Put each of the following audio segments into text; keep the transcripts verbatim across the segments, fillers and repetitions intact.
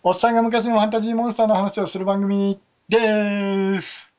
おっさんが昔のファンタジーモンスターの話をする番組でーす。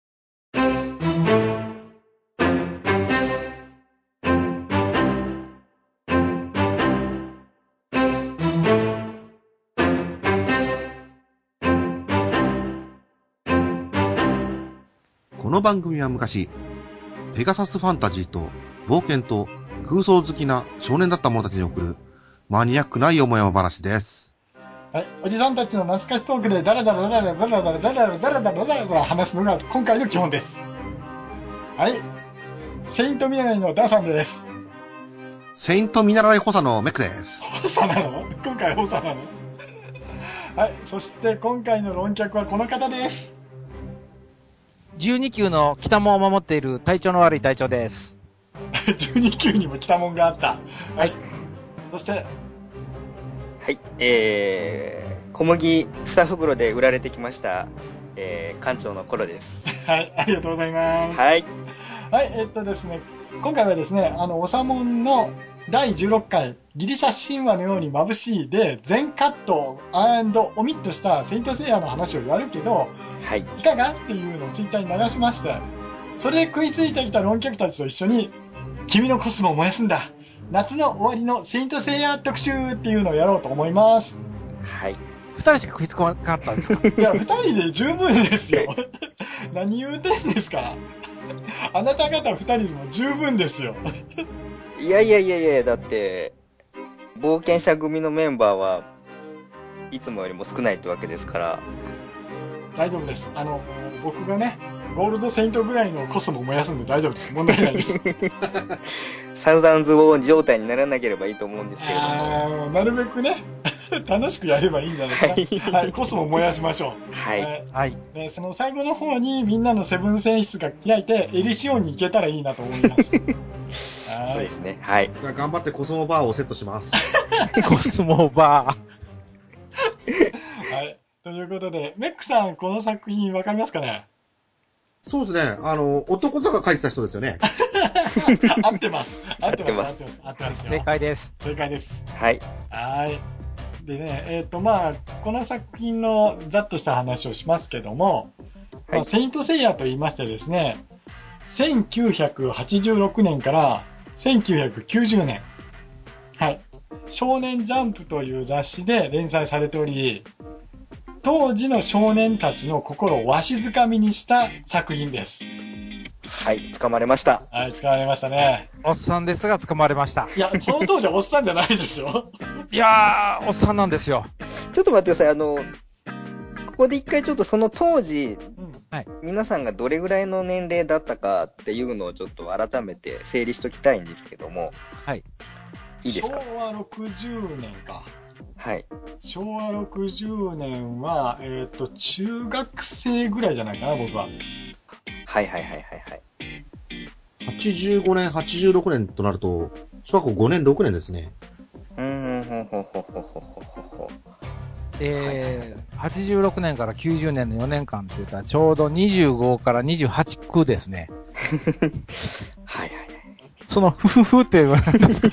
この番組は昔、ペガサスファンタジーと冒険と空想好きな少年だった者たちに送るマニアックなよもやま話です。 はい、おじさんたちの懐かしトークでダラダラダラダラダラダラダラダラダラダラダラ話すのが今回の基本です。はい、セイントミナライのダーさんです。 セイント見習い補佐のメックです。 補佐なの？今回補佐なの？はい、そして今回の論客はこの方です。 じゅうに級の北門を守っている体調の悪い隊長です。 じゅうに級にも北門があった。はい。はい、そして、 はい、えー、小麦に袋で売られてきました、えー、館長の頃です。 はい、ありがとうございます。 はい。 はい、えっとですね、今回はですね、あの、おさもんのだいじゅうろっかい、ギリシャ神話のように眩しいで、全カットオミットしたセイントセイヤの話をやるけど、 はい。 いかがっていうのをツイッターに流しまして、それで食いついてきた論客たちと一緒に、君のコスモを燃やすんだ、夏の終わりのセイントセイヤ特集っていうのをやろうと思います。 はい。 二人しか食いつかなかったんですか？ いや、二人で十分ですよ。何言うてんですか？あなた方二人でも十分ですよ。 いやいやいやいや、だって、冒険者組のメンバーはいつもよりも少ないってわけですから。 大丈夫です。あの、僕がね、ゴールドセイントぐらいのコスモを燃やすんで大丈夫です。問題ないです。 サウザンズ王状態にならなければいいと思うんですけれども。 あなるべくね、楽しくやればいいんじゃないですか。はい、コスモを燃やしましょう。 はい。 はい。 で、その最後の方にみんなのセブン選出が開いて、エリシオンに行けたらいいなと思います。 そうですね。はい。 じゃあ頑張ってコスモバーをセットします。 コスモバー。はい。ということで、メックさん、この作品わかりますかね？ そうですね。あの、男坂書いてた人ですよね。 合ってます。合ってます。 合ってます。 合ってます。 正解です。 正解です。 はい。 はい。でね、えっと、まあ、この作品のざっとした話をしますけども、 はい、 まあ、セイントセイヤと言いましてですね、せんきゅうひゃくはちじゅうろくねんからせんきゅうひゃくきゅうじゅうねん、はい、少年ジャンプという雑誌で連載されており、当時の少年たちの心をわしづかみにした作品です。 はい、掴まれました。 はい、掴まれましたね。 おっさんですが掴まれました。 いや、その当時はおっさんじゃないでしょ。 いやー、おっさんなんですよ。 ちょっと待ってください。あの、ここで一回ちょっとその当時、うん、 はい、 皆さんがどれぐらいの年齢だったかっていうのをちょっと改めて整理しときたいんですけども。 はい。 いいですか？ しょうわろくじゅうねんか。 はい。 しょうわろくじゅうねんは、えっと、中学生ぐらいじゃないかな、僕は。 はいはいはいはいはい。 はちじゅうごねん、はちじゅうろくねんとなると、小学校ごねん、ろくねんですね。 うーん、ほんほんほんほんほんほんほん。 えー、はちじゅうろくねんからきゅうじゅうねんのよねんかんって言ったらちょうどにじゅうごからにじゅうはち区ですね。 はいはいはい。 そのふふふっていうのは何ですか？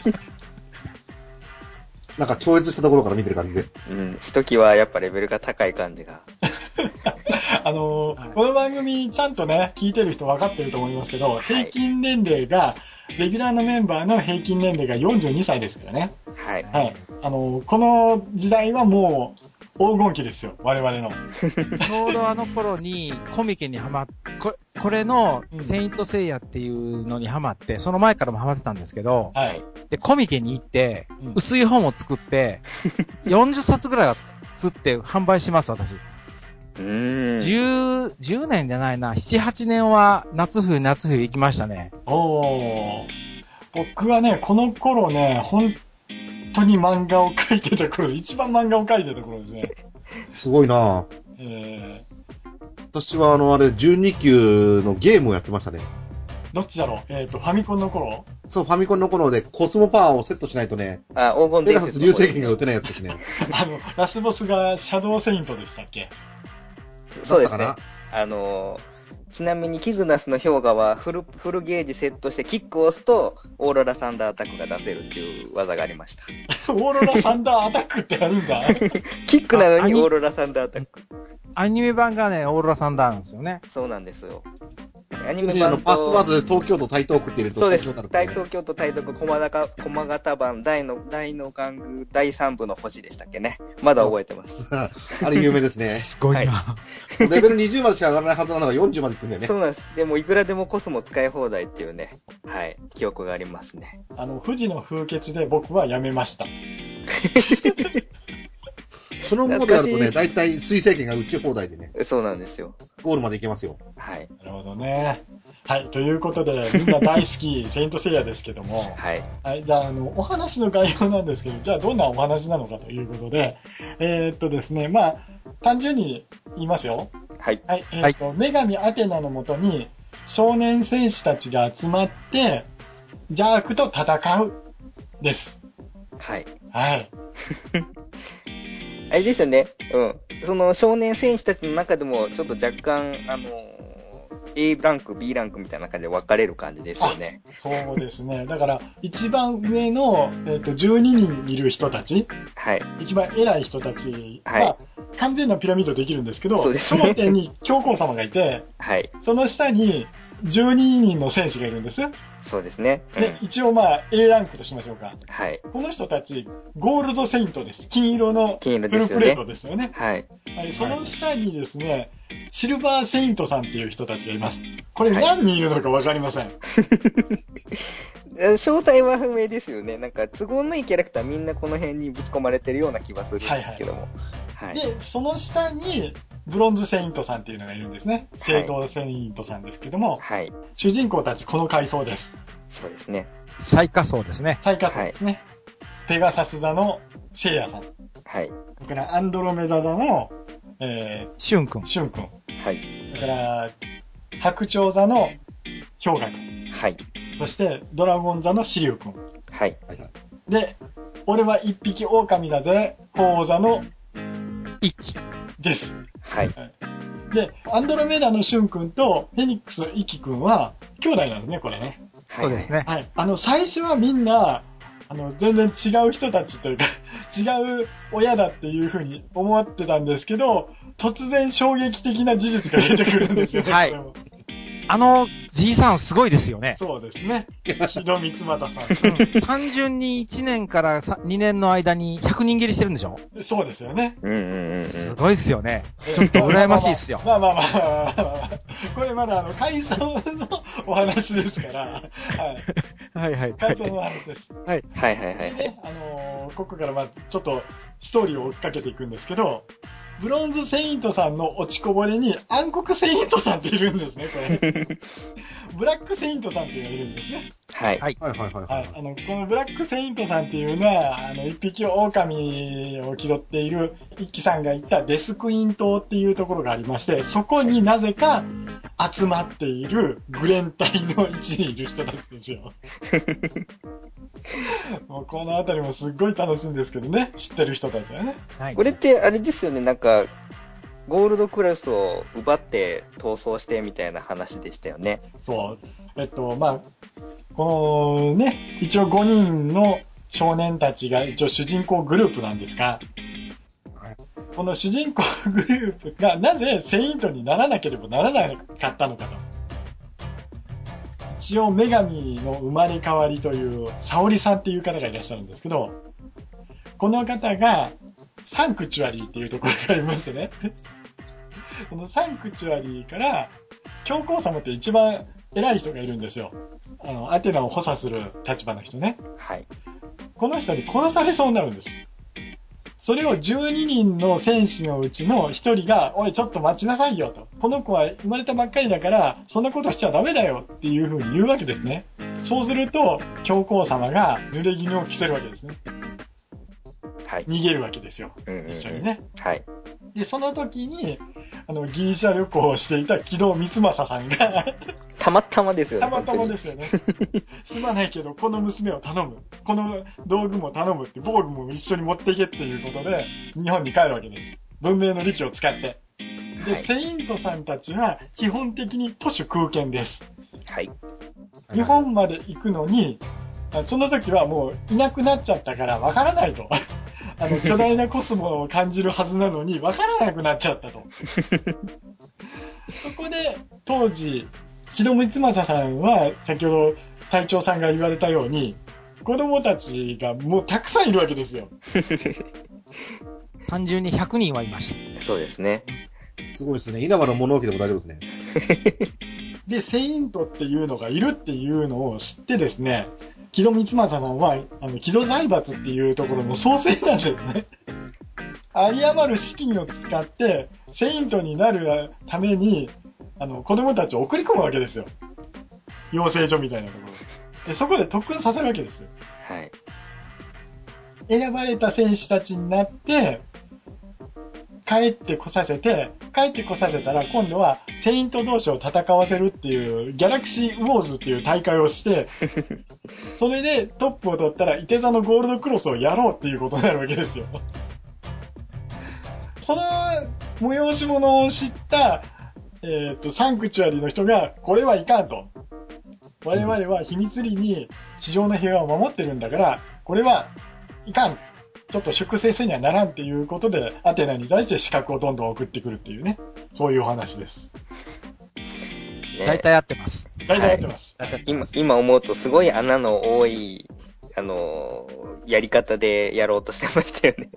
なんか超越したところから見てる感じで。 うん、ひときわやっぱレベルが高い感じが。 あのー、この番組ちゃんとね、聞いてる人分かってると思いますけど、はい、平均年齢が、レギュラーのメンバーの平均年齢がよんじゅうにさいですからね。 はい。 はい。あのー、この時代はもう、黄金期ですよ、我々の。 ちょうどあの頃にコミケにハマっ、ここれのセイントセイヤっていうのにハマって、その前からもハマってたんですけど、 はい。 で、コミケに行って、薄い本を作って、よんじゅっさつぐらいは作って販売します、私。 うーん。 10、じゅうねんじゃないな、なな、はちねんは夏冬夏冬行きましたね。 おー。僕はね、この頃ね、本当に漫画を描いてた頃、一番漫画を描いてた頃ですね。 すごいなぁ。 えー、私はあの、あれ、じゅうに級のゲームをやってましたね。 どっちだろう？えっと、ファミコンの頃？ そう、ファミコンの頃でコスモパワーをセットしないとね、 あ、黄金ペガサス流星拳が打てないやつですね。 あの、ラスボスがシャドウセイントでしたっけ？ そうですね。あの、 ちなみにキグナスの氷河はフル、フルゲージセットしてキックを押すと、オーロラサンダーアタックが出せるっていう技がありました。 オーロラサンダーアタックってやるんだ。 キックなのにオーロラサンダーアタック。 アニメ版がね、オーロラサンダーなんですよね。 そうなんですよ。アニメメ版とパスワードで東京都台東区って入れるとそうです。 東京大東京都台東区駒形、駒形版大の、大の玩具第三部の星でしたっけね。まだ覚えてます。 あれ有名ですね。 すごいな、 はい。レベルにじゅうまでしか上がらないはずなのがよんじゅうまでいってんだよね。 そうなんです。でもいくらでもコスモ使い放題っていうね、はい、記憶がありますね。 あの、富士の風穴で僕はやめました。 そのモードやるとね、だいたい水星圏が打ち放題でね。 そうなんですよ。 ゴールまで行けますよ。 はい。 なるほどね。はい。ということで、みんな大好き、セイントセイヤですけども。 はい。 はい。じゃあ、あの、お話の概要なんですけど、じゃあどんなお話なのかということで、えー、っとですね、まあ、単純に言いますよ。 はい。 はい。えー、っと、女神アテナのもとに、少年戦士たちが集まって、邪悪と戦う、です。 はい。 はい。 あれですよね。うん。その少年戦士たちの中でも、ちょっと若干、あの、A ランク、B ランクみたいな感じで分かれる感じですよね。 そうですね。だから、一番上の、えっと、じゅうににんいる人たち。 はい。 一番偉い人たちは、 はい、 完全なピラミッドできるんですけど、 そうですね、 頂点に教皇様がいて、 はい。 その下にじゅうににんの戦士がいるんです。 そうですね。 うん、で、一応まあ A ランクとしましょうか。 はい。 この人たち、ゴールドセイントです。金色のフルプレートですよね。 はい。 はい。その下にですね、シルバーセイントさんっていう人たちがいます。これ何人いるのかわかりません。はい詳細は不明ですよね。なんか都合のいいキャラクターみんなこの辺にぶち込まれてるような気はするんですけども。 はいはいはい、で、その下にブロンズセイントさんっていうのがいるんですね。聖堂セイントさんですけども、はい、主人公たちこの階層です。 そうですね。 最下層ですね。 最下層ですね。はい、ペガサス座の聖夜さん。 はい。 それからアンドロメダ座の、えー、 シュン君。 シュン君。 はい。 それから白鳥座の氷河君。 はい。 そしてドラゴン座のシリュウ君。 はい。 で、俺は一匹狼だぜ、鳳凰座の一騎です。 はい。 で、アンドロメダのシュン君とフェニックスのイキ君は兄弟なんですね、これね。 そうですね。 はい。あの、最初はみんな、あの、全然違う人たちというか、違う親だっていうふうに思ってたんですけど、突然衝撃的な事実が出てくるんですよね。 はい。あの、じいさんすごいですよね。 そうですね。木戸光又さん、 うん。単純にいちねんからにねんの間にひゃくにん蹴りしてるんでしょ？ そうですよね。 うんうんうん。 すごいですよね。ちょっと羨ましいっすよ。 まあまあまあまあ、まあまあ、これまだあの、回想のお話ですから。はい。 はいはい。 回想のお話です。 はい。 はいはいはいはい。 で、あのー、ここからまあ、ちょっとストーリーを追っかけていくんですけど、ブロンズセイントさんの落ちこぼれに暗黒セイントさんっているんですね、これ。ブラックセイントさんっていうのがいるんですね。 はい。 はい。 はいはいはい。 はい。あの、このブラックセイントさんっていうのは、あの、一匹狼を気取っている一騎さんがいたデスクイン島っていうところがありまして、そこになぜか集まっているグレン隊の位置にいる人たちですよ。もうこのあたりもすっごい楽しいんですけどね、知ってる人たちはね。 はい。 これってあれですよね、なんか、ゴールドクラスを奪って逃走してみたいな話でしたよね。 そう。えっと、まあ、このね、一応ごにんの少年たちが一応主人公グループなんですが、この主人公グループがなぜセイントにならなければならなかったのかと。一応女神の生まれ変わりという沙織さんっていう方がいらっしゃるんですけど、この方がサンクチュアリーっていうところがありましてね。このサンクチュアリーから教皇様って一番偉い人がいるんですよ。あの、アテナを補佐する立場の人ね。 はい。 この人に殺されそうになるんです。それをじゅうににんの戦士のうちのひとりが、おい、ちょっと待ちなさいよと。この子は生まれたばっかりだから、そんなことしちゃダメだよっていう風に言うわけですね。そうすると、教皇様が濡れ衣を着せるわけですね。 はい。 逃げるわけですよ。 うんうんうん、 一緒にね。 はい。 で、その時に、あの、ギリシャ旅行をしていた木戸光政さんがたまたまですよね。 たまたまですよね。すまないけど、この娘を頼む。この道具も頼むって、防具も一緒に持っていけっていうことで、日本に帰るわけです。文明の利器を使って。 で、セイントさんたちは基本的に都市空間です。 はい。 日本まで行くのに、その時はもういなくなっちゃったからわからないと。あの、巨大なコスモを感じるはずなのにわからなくなっちゃったと。そこで、当時、木戸光正さんは、先ほど隊長さんが言われたように、子供たちがもうたくさんいるわけですよ。 単純にひゃくにんはいました。 そうですね。 すごいですね。稲葉の物置でも大丈夫ですね。 で、セイントっていうのがいるっていうのを知ってですね、木戸光正さんは、あの、木戸財閥っていうところの創生なんですね。有り余る資金を使って、セイントになるために、あの、子供たちを送り込むわけですよ。養成所みたいなところで。そこで特訓させるわけですよ。 はい。 選ばれた選手たちになって、帰ってこさせて、帰ってこさせたら今度はセイント同士を戦わせるっていうギャラクシーウォーズっていう大会をして、それでトップを取ったらイテ座のゴールドクロスをやろうっていうことになるわけですよ。その催し物を知った、えっと、サンクチュアリの人が、これはいかんと。我々は秘密裏に地上の平和を守ってるんだから、これはいかん。ちょっと粛清せにはならんっていうことで、アテナに対して資格をどんどん送ってくるっていうね。そういうお話です。 ね、大体合ってます。 大体合ってます。 はい、今、今思うとすごい穴の多い、あのー、やり方でやろうとしてましたよね。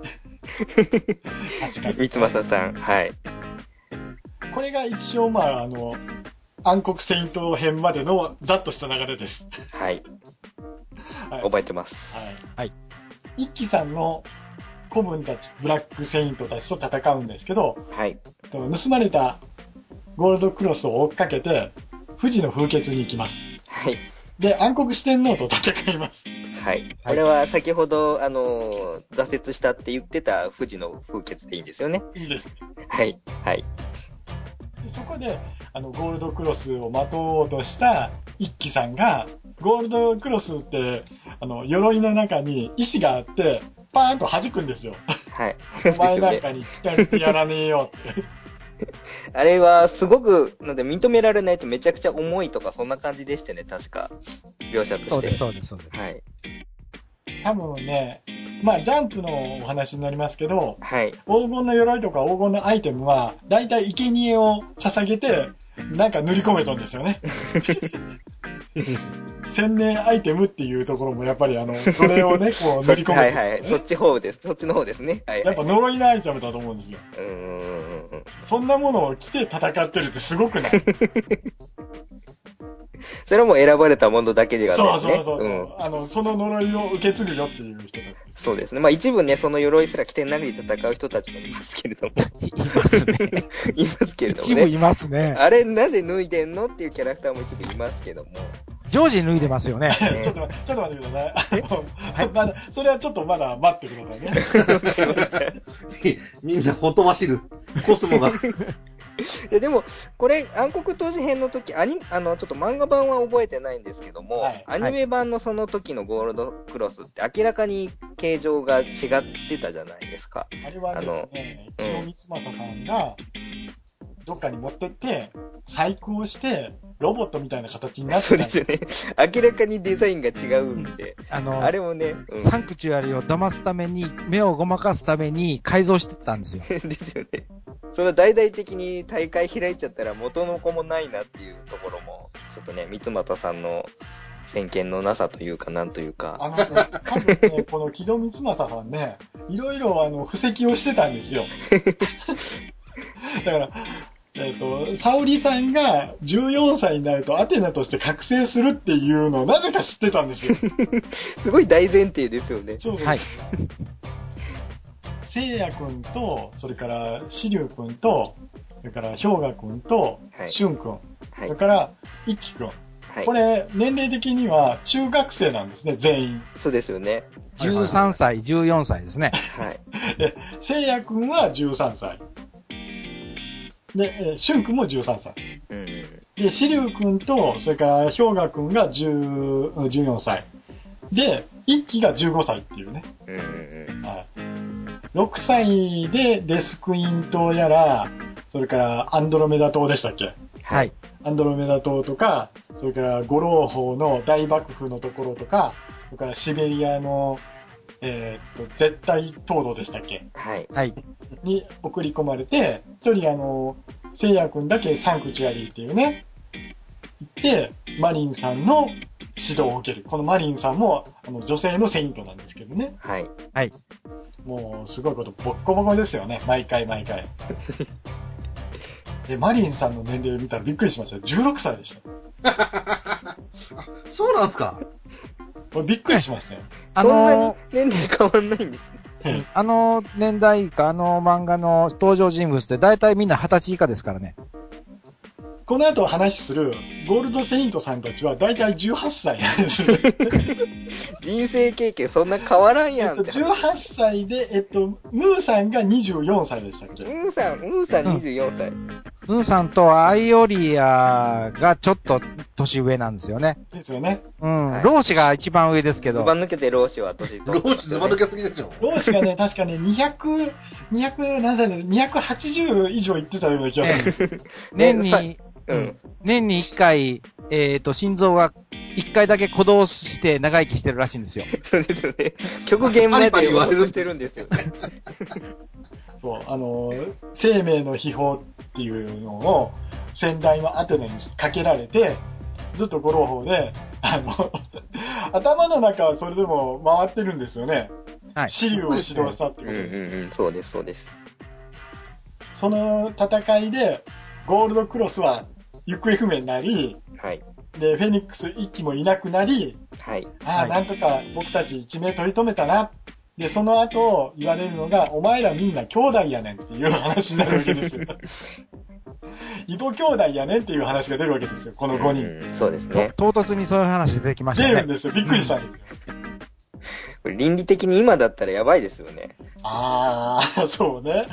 確かに。 三正さん。はい。 これが一応、まあ、あの、暗黒セイント編までのざっとした流れです。 はい。はい、覚えてます。 はい。 はい。 一輝さんの子分たち、ブラックセイントたちと戦うんですけど、 はい。 盗まれたゴールドクロスを追っかけて、富士の風穴に行きます。 はい。 で、暗黒四天王と戦います。 はい。これは先ほど、あの、挫折したって言ってた富士の風穴でいいんですよね。 いいです。 はい。はい。 でそこで、あの、ゴールドクロスをまとおうとした一輝さんが、ゴールドクロスって、あの、鎧の中に石があって、パーンと弾くんですよ。 はい。 お前なんかに聞かれてやらねえよって。 あれは、すごく、なんで認められないとめちゃくちゃ重いとか、そんな感じでしたね、確か。描写として。 そうです、そうです、そうです。 はい。 多分ね、まあ、ジャンプのお話になりますけど、 はい。 黄金の鎧とか黄金のアイテムは、だいたい生贄を捧げて、なんか塗り込めたんですよね。千年アイテムっていうところもやっぱりあの、それをね、こう塗り込めた、ね。 はいはい。そっち方です。そっちの方ですね。はい、はい。 やっぱ呪いのアイテムだと思うんですよ。 うーん。 そんなものを着て戦ってるってすごくない？ それはもう選ばれたものだけではないですね。 そうそうそうそう、うん。あの、その呪いを受け継ぐよっていう人たち。 そうですね。まあ一部ね、その鎧すら着てないで戦う人たちもいますけれども。 いますね。 いますけれどもね。 一部いますね。 あれなんで脱いでんのっていうキャラクターも一部いますけども。 常時脱いでますよね。 ちょっと、ちょっと待ってください。はい、まだ、それはちょっとまだ待ってくださいね。 みんなほとばしる。コスモが。 いやでも、これ、暗黒当時編の時、アニ、あの、ちょっと漫画版は覚えてないんですけども、はい、アニメ版のその時のゴールドクロスって明らかに形状が違ってたじゃないですか。 あれはですね、木戸光正さんが、どっかに持ってって、細工をして、ロボットみたいな形になってた。 そうですよね。明らかにデザインが違うんで。 あの、 あれもね、 うん、サンクチュアリを騙すために、目をごまかすために改造してたんですよ。 ですよね。その大々的に大会開いちゃったら元の子もないなっていうところも、ちょっとね、三又さんの先見のなさというか、なんというか。 あのね、多分ね、この木戸光正さんね、いろいろあの、布石をしてたんですよ。だから、えっと、沙織さんがじゅうよんさいになるとアテナとして覚醒するっていうのをなぜか知ってたんですよ。 すごい大前提ですよね。 そうそう。はい。聖夜くんと、それから紫龍くんと、それから氷河くんと、俊くん、はい、それから一輝くん。はい、これ、年齢的には中学生なんですね、全員。 そうですよね。 じゅうさんさい、じゅうよんさいですね。 はい。 で、聖夜くんはじゅうさんさい。で、えー、俊くんもじゅうさんさい。うん、で、紫龍くんと、それから氷河くんがじゅう、じゅうよんさい。で、一輝がじゅうごさいっていうね。うん、はい。ろくさいでデスクイン島やら、 それからアンドロメダ島でしたっけ？ はい。 アンドロメダ島とか、それから五郎砲の大爆風のところとか、それからシベリアの、えー、っと、絶対凍土でしたっけ？ はい。 はい。 に送り込まれて、一人あの、聖夜君だけサンクチュアリーっていうね、行って、マリンさんの指導を受ける。このマリンさんも、あの、女性のセイントなんですけどね。 はい。 はい。 もう、すごいこと、ボッコボコですよね。毎回毎回。で、マリンさんの年齢見たらびっくりしましたよ。じゅうろくさいでした。 そうなんすか？ これびっくりしましたよ。 そんなに年齢変わんないんですね。 あの年代以下、あの漫画の登場人物って大体みんなはたち以下ですからね。 この後話するゴールドセイントさんたちは大体じゅうはっさいなんです。 人生経験そんな変わらんやんって。 えっと、じゅうはっさいで、えっと、ムーさんがにじゅうよんさいでしたっけ？ ムーさん、ムーさんにじゅうよんさい。うん、 ムーさんとアイオリアがちょっと年上なんですよね。 ですよね。 うん。はい、ローシが一番上ですけど。 ズバ抜けてローシは年と、ね。ローシズバ抜けすぎでしょ。 ローシがね、確かね、にひゃく、にひゃく何歳で、にひゃくはちじゅう以上いってたような気がするんです。 年に、うん、年にいっかい、えっと、心臓がいっかいだけ鼓動して長生きしてるらしいんですよ。 そうですよね。極限まで予測してるんですよね。 そう、あの、生命の秘宝っていうのを先代のアテネにかけられて、ずっとゴロ法で、あの、頭の中はそれでも回ってるんですよね。はい。シリュウを指導したってことです。 うんうんうん、そうです、そうです。 その戦いで、ゴールドクロスは行方不明になり、 はい。 で、フェニックス一機もいなくなり、 はい。 ああ、はい、なんとか僕たち一命取り留めたな。で、その後言われるのが、お前らみんな兄弟やねんっていう話になるわけですよ。異母兄弟やねんっていう話が出るわけですよ、このごにん。 うん、そうですね。 唐突にそういう話出てきましたね。 出るんですよ、びっくりしたんですよ。 これ倫理的に今だったらやばいですよね。 ああ、そうね。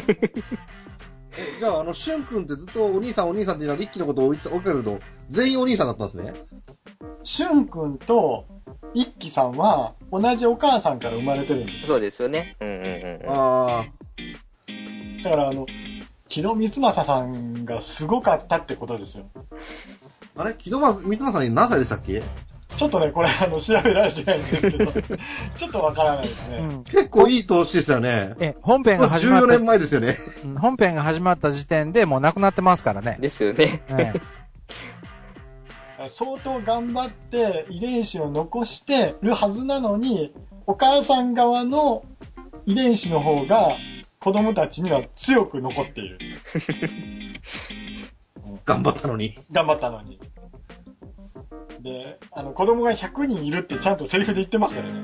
じゃあ、あの、シュン君ってずっとお兄さんお兄さんっていうのはリッキーのことを追いかけると、全員お兄さんだったんですね。 シュン君と一輝さんは同じお母さんから生まれてるんです。 そうですよね。うんうんうん。 ああ。 だからあの、木戸光正さんがすごかったってことですよ。 あれ木戸光正さん何歳でしたっけ？ ちょっとね、これあの、調べられてないんですけど、ちょっとわからないですね、うん。 結構いい投資でしたよね。 え、本編が始まった。 じゅうよねんまえですよね。 本編が始まった時点でもう亡くなってますからね。 ですよね。 ね相当頑張って遺伝子を残してるはずなのに、お母さん側の遺伝子の方が子供たちには強く残っている。 頑張ったのに。 頑張ったのに。で、あの、子供がひゃくにんいるってちゃんとセリフで言ってますからね。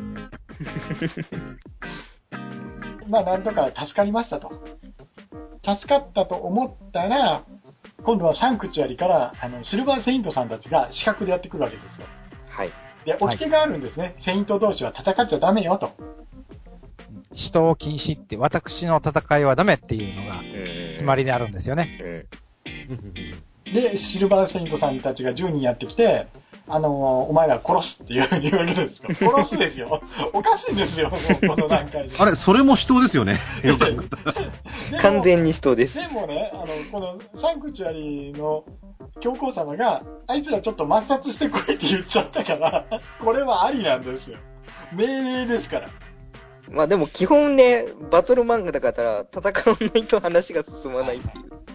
まあ、なんとか助かりましたと。助かったと思ったら、今度はサンクチュアリから、あの、シルバーセイントさんたちが資格でやってくるわけですよ。 はい。 で、掟があるんですね。はい、セイント同士は戦っちゃダメよと。 死闘禁止って、私の戦いはダメっていうのが決まりであるんですよね。 うん、で、シルバーセイントさんたちがじゅうにんやってきて、あのー、お前ら殺すっていう言うわけですよ。殺すですよ。おかしいんですよ、もうこの段階で。 あれ、それも死闘ですよね。よく完全に死闘です。 でもね、あの、このサンクチュアリの教皇様が、あいつらちょっと抹殺してこいって言っちゃったから、これはありなんですよ。命令ですから。 まあでも基本ね、バトル漫画だから戦わないと話が進まないっていう。はい。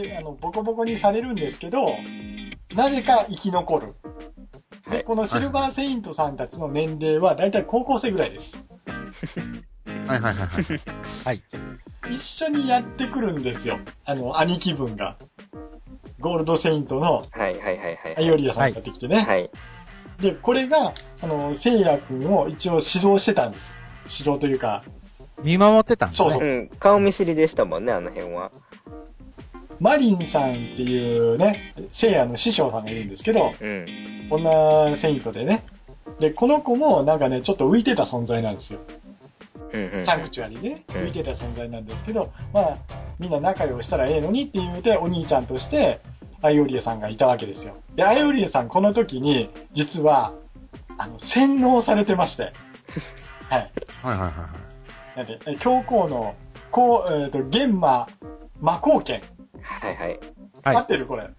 で、あの、ボコボコにされるんですけど、なぜか生き残る。で、はい、このシルバーセイントさんたちの年齢はだいたい高校生ぐらいです。 はいはいはいはい。 はい。 一緒にやってくるんですよ。あの、兄貴分が。ゴールドセイントの、 はいはいはいはい。 アイオリアさんがやってきてね。 はい。 で、これが、あの、聖夜君を一応指導してたんです。指導というか。 見守ってたんですね。 そうそう。 うん、顔見知りでしたもんね、あの辺は。 マリンさんっていうね、聖夜の師匠さんがいるんですけど、 うん、 女セイントでね。で、この子もなんかね、ちょっと浮いてた存在なんですよ。 うんうん、 サンクチュアリでね、浮いてた存在なんですけど、まあ、みんな仲良くしたらええのにって言うて、お兄ちゃんとして、アイオリエさんがいたわけですよ。で、アイオリエさんこの時に、実は、あの、洗脳されてまして。はい。 はいはいはいはい。 なんで、教皇のこう、えっ、ー、と、玄魔、魔光剣。 はいはい。 合ってるこれ。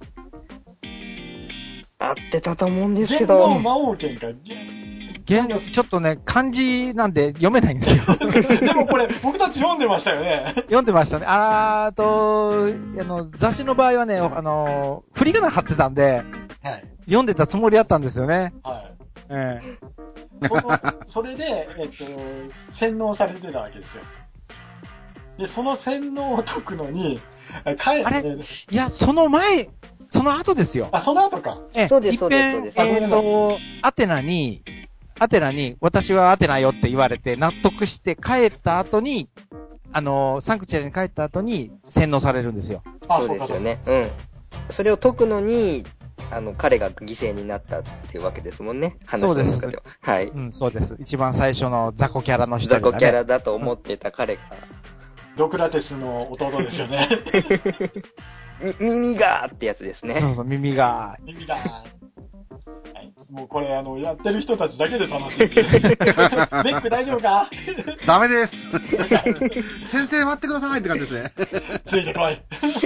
合ってたと思うんですけど。 玄魔魔王剣か。 玄ちょっとね、漢字なんで読めないんですよ。 でもこれ、僕たち読んでましたよね。 読んでましたね。あーと、あの、雑誌の場合はね、あの、振り仮名貼ってたんで、はい、読んでたつもりだったんですよね。はい。ええその、それで、えっと、洗脳されてたわけですよ。で、その洗脳を解くのに、 かえ、あれいや、その前、その後ですよ。 あ、その後か。 え、そうです、そうです、そうです。 えっと、アテナに、アテナに、私はアテナよって言われて、納得して帰った後に、あの、サンクチュアリに帰った後に洗脳されるんですよ。 あ、そうですよね。うん。それを解くのに、あの、彼が犠牲になったっていうわけですもんね。話の中では。そうです。はい。 うん、そうです。一番最初の雑魚キャラの人が、ね。雑魚キャラだと思っていた彼が。 うん、ドクラテスの弟ですよね。 み、耳がーってやつですね。 そうそう、耳がー。耳がー。はい、もうこれあの、やってる人たちだけで楽しい。ベック大丈夫かダメです先生待ってくださいって感じですね。 ついてこい。はい、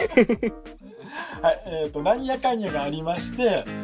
えっ、ー、と、なんやかんやがありまして、うんうん、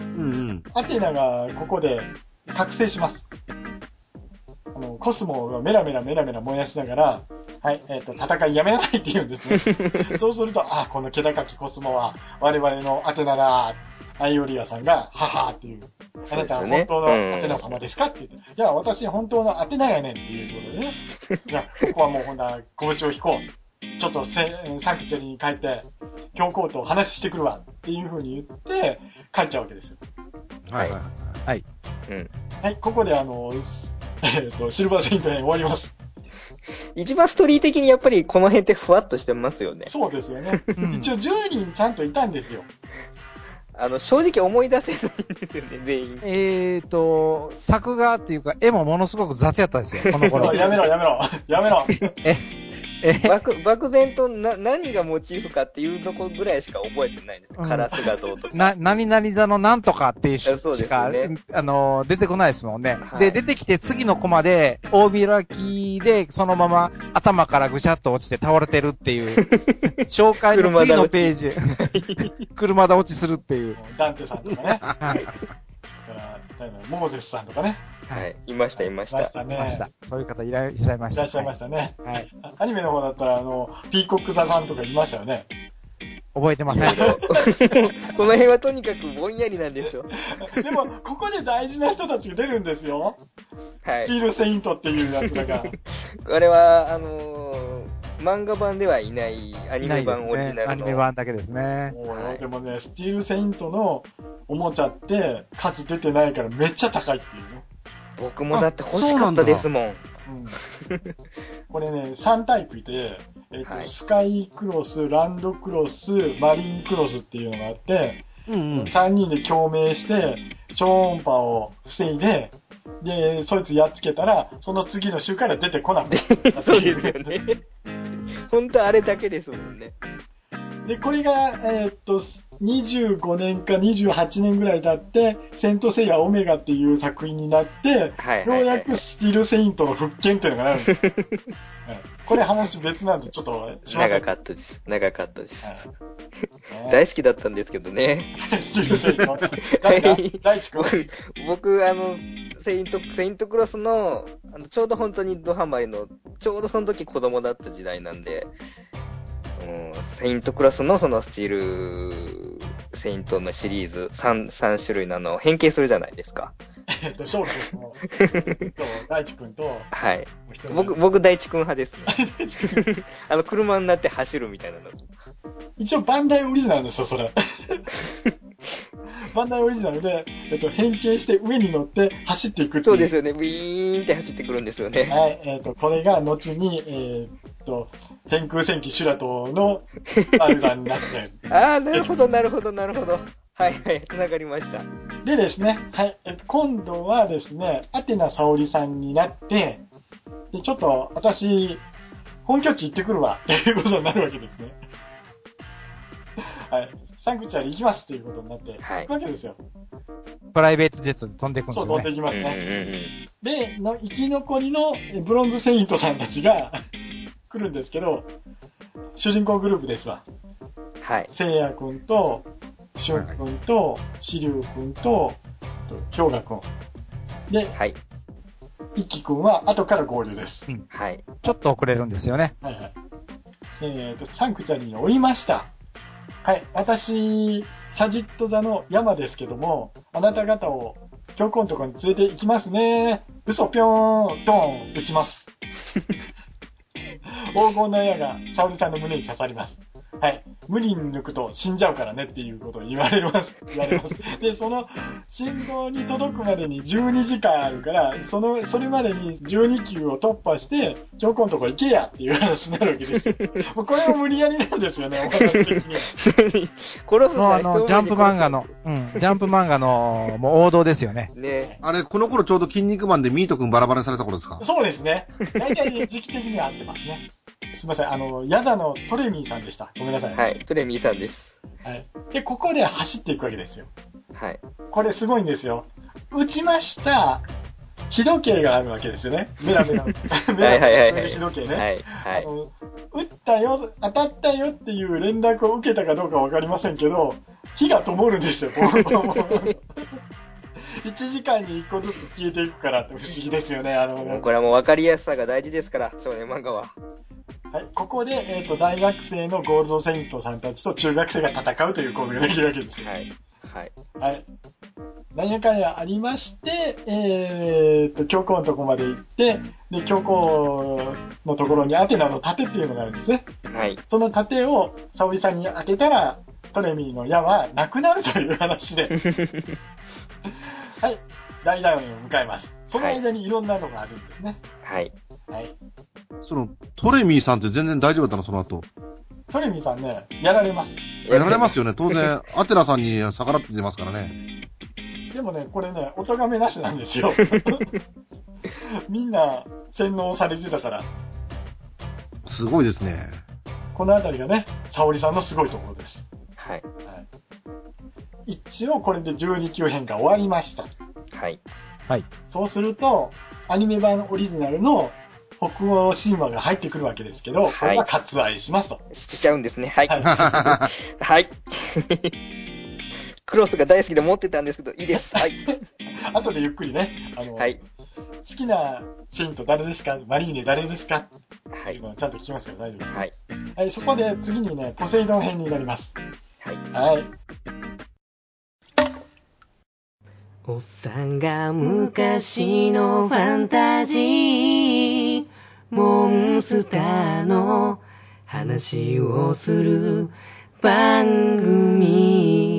アテナがここで覚醒します。あの、コスモがメラメラメラメラ燃やしながら、はい、えっ、ー、と、戦いやめなさいって言うんですね。そうすると、あ、この気高きコスモは我々のアテナだ。アイオリアさんが、ははーっていう。あなたは本当のアテナ様ですかって言って。いや、私本当のアテナやねんっていうことでね。いや、ここはもうほんな拳を引こう。ちょっとせサンクチュアリに帰って、教皇と話してくるわっていう風に言って、帰っちゃうわけですよ。 はい。はい。 はい。 うん。はい、ここであの、えっと、シルバーセイント編終わります。 一番ストーリー的にやっぱりこの辺ってふわっとしてますよね。 そうですよね。うん、一応じゅうにんちゃんといたんですよ。 あの、正直思い出せないんですよね、全員。 えーと、作画っていうか、絵もものすごく雑やったんですよ、この頃。 やめろ、やめろ、やめろ。え漠、漠然とな、何がモチーフかっていうとこぐらいしか覚えてないんですよ。うん、カラスがどうとか。 な、何々座のなんとかっていうしか、ね、あの、出てこないですもんね。はい、で、出てきて次のコマで、大開きで、そのまま頭からぐしゃっと落ちて倒れてるっていう、紹介の次のページ、車で落ちするっていう。 ダンテさんとかね。はい。だから、モーゼスさんとかね。 はい。いました、いました。いましたね。いました。そういう方いらっしゃいました。 いらっしゃいましたね。はい。アニメの方だったら、あの、ピーコック座さんとかいましたよね。 覚えてません。 この辺はとにかくぼんやりなんですよ。 でも、ここで大事な人たちが出るんですよ。はい。スチールセイントっていうやつらが。 あれは、あのー、漫画版ではいないアニメ版オリジナルの。 ね、アニメ版だけですね。 はい、でもね、スチールセイントのおもちゃって数出てないからめっちゃ高いっていうね。 僕もだって欲しかったですもん。うん、 これね、さんタイプいて、えっと、はい、スカイクロス、ランドクロス、マリンクロスっていうのがあって、うんうん、さんにんで共鳴して、超音波を防いで、で、そいつやっつけたら、その次の週から出てこなくなる。そうですよね。本当あれだけですもんね。 で、これが、えー、っと、にじゅうごねんかにじゅうはちねんぐらい経って、セントセイヤオメガっていう作品になって、はいはいはいはい、ようやくスティールセイントの復権っていうのがなるんです。はい、これ話別なんでちょっっとしません。 長かったです。長かったです。はい、大好きだったんですけどね。 スティールセイント誰が大地君僕、あの、セイント、セイントクロスの、あのちょうど本当にドハマりの、ちょうどその時子供だった時代なんで、うん、セイントクロスのそのスチールセイントのシリーズさん、さん種類のあの変形するじゃないですか。 えっと、翔くんと、大地くんと、 はい。僕、僕大地くん派ですね。あの、車になって走るみたいなの。 一応バンダイオリジナルですよ、それ。バンダイオリジナルで、えっと、変形して上に乗って走っていくっていう。 そうですよね。ウィーンって走ってくるんですよね。 はい。えっと、これが後に、えー、っと、天空戦記シュラトのアルガになって。 ああ、なるほど、なるほど、なるほど。はいはい、繋がりました。 でですね、はい。えっと、今度はですね、アテナ沙織さんになって、で、ちょっと、私、本拠地行ってくるわ、っていうことになるわけですね。はい。サンクチュアリ行きますっていうことになって、行くわけですよ。 プライベートジェットで飛んでいくんですよね。 そう、飛んでいきますね。での、生き残りのブロンズセイントさんたちが来来るんですけど、主人公グループですわ。 はい。 聖夜くんと、しゅんくんと、しりゅうくんと、ひょうがくん。で、 はい。 いっきくんは後から合流です。 うん。 はい。 ちょっと遅れるんですよね。 はいはい。えっと、サンクチュアリに降りました。はい。私、サジット座の山ですけども、あなた方を教皇のところに連れて行きますね。嘘ぴょーん、ドーン、撃ちます。黄金の矢が沙織さんの胸に刺さります。はい。無理に抜くと死んじゃうからねっていうことを言われます。言われます。で、その信号に届くまでにじゅうにじかんあるから、その、それまでにじゅうにきゅうを突破して、教皇のとこ行けやっていう話になるわけですよ。もうこれも無理やりなんですよね、お話的には。 殺すもうあの、ジャンプ漫画の、うん、ジャンプ漫画の、もう王道ですよね。 ね。 あれ、この頃ちょうど筋肉マンでミートくんバラバラにされた頃ですか？ そうですね。大体時期的には合ってますね。すみません、あの、ヤダのトレミーさんでした。ごめんなさい。 はい、トレミーさんです。 はい。で、ここで走っていくわけですよ。 はい。 これすごいんですよ。打ちました。日時計があるわけですよね。メラメラ。メラメラ日時計ね。はいはい、あの、打ったよ、当たったよっていう連絡を受けたかどうかわかりませんけど、火が灯るんですよ。いちじかんにいっこずつ消えていくからって不思議ですよね。あのもうこれはもう分かりやすさが大事ですから、少年漫画は。 はい、ここで、えっと、大学生のゴールドセイントさんたちと中学生が戦うという構図ができるわけですよ。 はい。はい。 はい。なんやかんやありまして、えー、と、教皇のとこまで行って、で、教皇のところにアテナの盾っていうのがあるんですね。 はい。 その盾を沙織さんに当てたら、トレミーの矢はなくなるという話で。はい。大団円を迎えます。その間にいろんなのがあるんですね。 はい。 はい。 その、トレミーさんって全然大丈夫だったの、その後。 トレミーさんね、やられます。 やられますよね。当然、アテナさんに逆らって出ますからね。 でもね、これね、お咎めなしなんですよ。みんな洗脳されてたから。 すごいですね。 このあたりがね、沙織さんのすごいところです。 はい。 はい、一応これでじゅうにきゅう編が終わりました。 はい。 はい。 そうすると、アニメ版オリジナルの北欧神話が入ってくるわけですけど、これは割愛しますと。 しちゃうんですね。はい。はい。はい。クロスが大好きで持ってたんですけど、いいです。はい。 後でゆっくりね、あの、 はい、 好きなセイント誰ですか？マリーネ誰ですか？ はい。 ちゃんと聞きますから大丈夫です。 はい。 はい、そこで次にね、ポセイドン編になります。 はい。 はい。 おっさんが昔のファンタジー、モンスターの話をする番組。